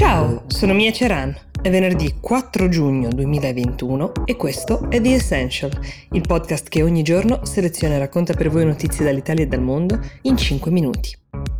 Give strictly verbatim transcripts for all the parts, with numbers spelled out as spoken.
Ciao, sono Mia Ceran. È venerdì quattro giugno duemilaventuno e questo è The Essential, il podcast che ogni giorno seleziona e racconta per voi notizie dall'Italia e dal mondo in cinque minuti.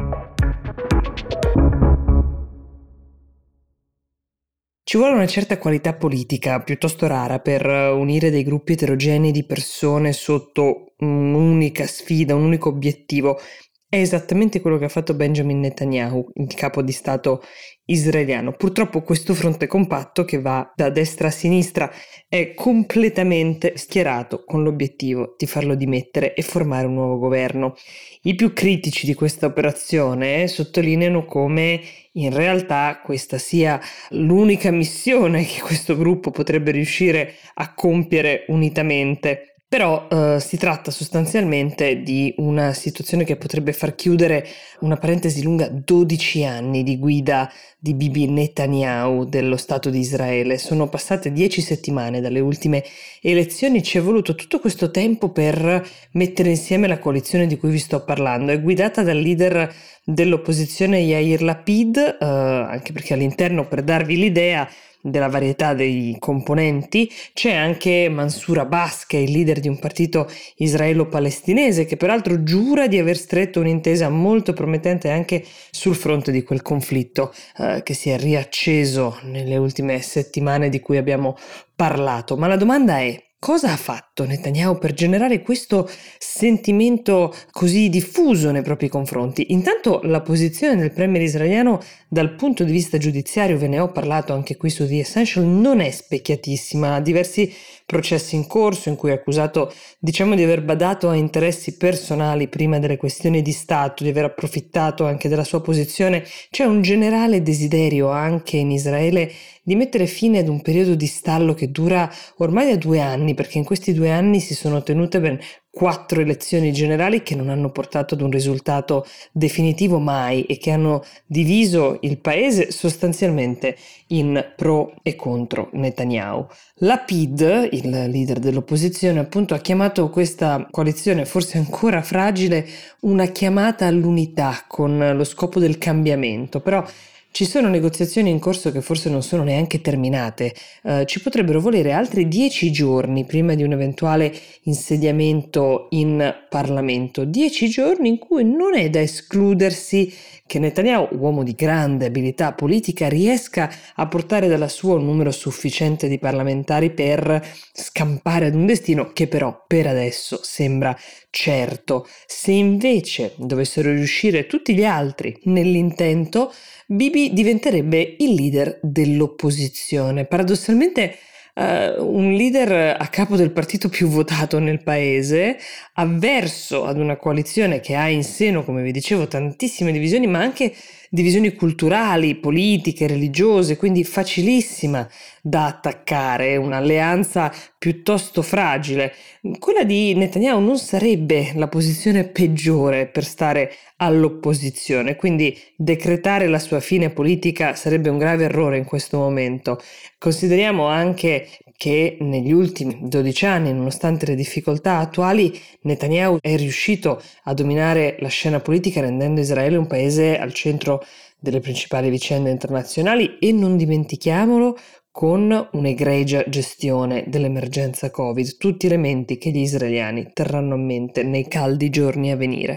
Ci vuole una certa qualità politica, piuttosto rara, per unire dei gruppi eterogenei di persone sotto un'unica sfida, un unico obiettivo. È esattamente quello che ha fatto Benjamin Netanyahu, il capo di Stato israeliano. Purtroppo questo fronte compatto, che va da destra a sinistra, è completamente schierato con l'obiettivo di farlo dimettere e formare un nuovo governo. I più critici di questa operazione sottolineano come in realtà questa sia l'unica missione che questo gruppo potrebbe riuscire a compiere unitamente. Però eh, si tratta sostanzialmente di una situazione che potrebbe far chiudere una parentesi lunga dodici anni di guida di Bibi Netanyahu dello Stato di Israele. Sono passate dieci settimane dalle ultime elezioni, ci è voluto tutto questo tempo per mettere insieme la coalizione di cui vi sto parlando. È guidata dal leader dell'opposizione Yair Lapid, eh, anche perché all'interno, per darvi l'idea della varietà dei componenti, c'è anche Mansour Abbas, che è il leader di un partito israelo-palestinese, che peraltro giura di aver stretto un'intesa molto promettente anche sul fronte di quel conflitto eh, che si è riacceso nelle ultime settimane di cui abbiamo parlato. Ma la domanda è: cosa ha fatto Netanyahu per generare questo sentimento così diffuso nei propri confronti? Intanto la posizione del premier israeliano dal punto di vista giudiziario, ve ne ho parlato anche qui su The Essential, non è specchiatissima. Ha diversi processi in corso in cui è accusato, diciamo, di aver badato a interessi personali prima delle questioni di Stato, di aver approfittato anche della sua posizione. C'è un generale desiderio anche in Israele di mettere fine ad un periodo di stallo che dura ormai da due anni, perché in questi due anni si sono tenute ben quattro elezioni generali che non hanno portato ad un risultato definitivo mai e che hanno diviso il paese sostanzialmente in pro e contro Netanyahu. Lapid, il leader dell'opposizione, appunto, ha chiamato questa coalizione, forse ancora fragile, una chiamata all'unità con lo scopo del cambiamento. Però ci sono negoziazioni in corso che forse non sono neanche terminate. Uh, ci potrebbero volere altri dieci giorni prima di un eventuale insediamento in Parlamento. Dieci giorni in cui non è da escludersi che Netanyahu, uomo di grande abilità politica, riesca a portare dalla sua un numero sufficiente di parlamentari per scampare ad un destino che però per adesso sembra certo. Se invece dovessero riuscire tutti gli altri nell'intento, Bibi diventerebbe il leader dell'opposizione. Paradossalmente uh, un leader a capo del partito più votato nel paese, avverso ad una coalizione che ha in seno, come vi dicevo, tantissime divisioni, ma anche divisioni culturali, politiche, religiose, quindi facilissima da attaccare, un'alleanza piuttosto fragile. Quella di Netanyahu non sarebbe la posizione peggiore per stare all'opposizione, quindi decretare la sua fine politica sarebbe un grave errore in questo momento. Consideriamo anche che negli ultimi dodici anni, nonostante le difficoltà attuali, Netanyahu è riuscito a dominare la scena politica, rendendo Israele un paese al centro delle principali vicende internazionali e, non dimentichiamolo, con un'egregia gestione dell'emergenza Covid, tutti elementi che gli israeliani terranno a mente nei caldi giorni a venire.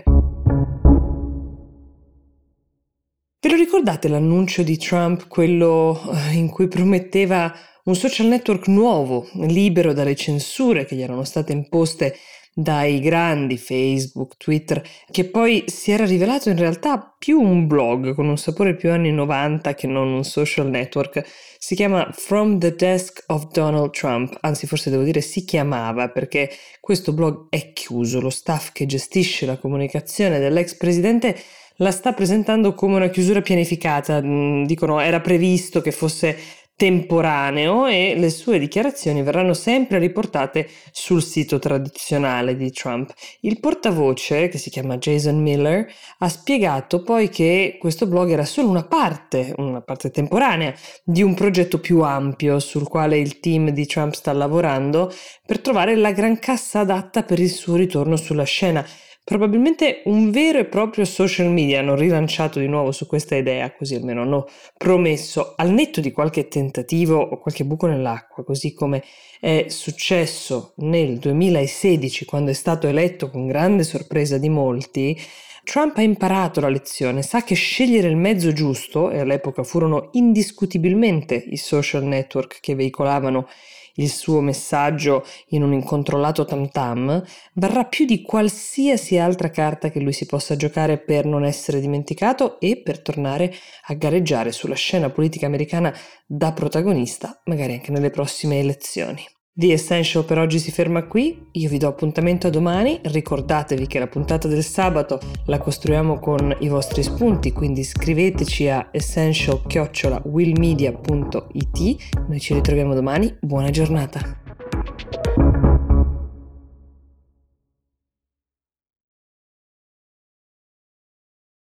Ve lo ricordate l'annuncio di Trump, quello in cui prometteva un social network nuovo, libero dalle censure che gli erano state imposte dai grandi Facebook, Twitter, che poi si era rivelato in realtà più un blog con un sapore più anni novanta che non un social network? Si chiama From the Desk of Donald Trump, anzi forse devo dire si chiamava, perché questo blog è chiuso. Lo staff che gestisce la comunicazione dell'ex presidente la sta presentando come una chiusura pianificata. Dicono era previsto che fosse temporaneo e le sue dichiarazioni verranno sempre riportate sul sito tradizionale di Trump. Il portavoce, che si chiama Jason Miller, ha spiegato poi che questo blog era solo una parte, una parte temporanea di un progetto più ampio sul quale il team di Trump sta lavorando per trovare la gran cassa adatta per il suo ritorno sulla scena. Probabilmente un vero e proprio social media. Hanno rilanciato di nuovo su questa idea, così almeno hanno promesso, al netto di qualche tentativo o qualche buco nell'acqua, così come è successo nel duemilasedici quando è stato eletto con grande sorpresa di molti. Trump ha imparato la lezione, sa che scegliere il mezzo giusto, e all'epoca furono indiscutibilmente i social network che veicolavano il suo messaggio in un incontrollato tam tam, varrà più di qualsiasi altra carta che lui si possa giocare per non essere dimenticato e per tornare a gareggiare sulla scena politica americana da protagonista, magari anche nelle prossime elezioni. The Essential per oggi si ferma qui, io vi do appuntamento a domani, ricordatevi che la puntata del sabato la costruiamo con i vostri spunti, quindi scriveteci a essential chiocciola willmedia punto it, noi ci ritroviamo domani, buona giornata!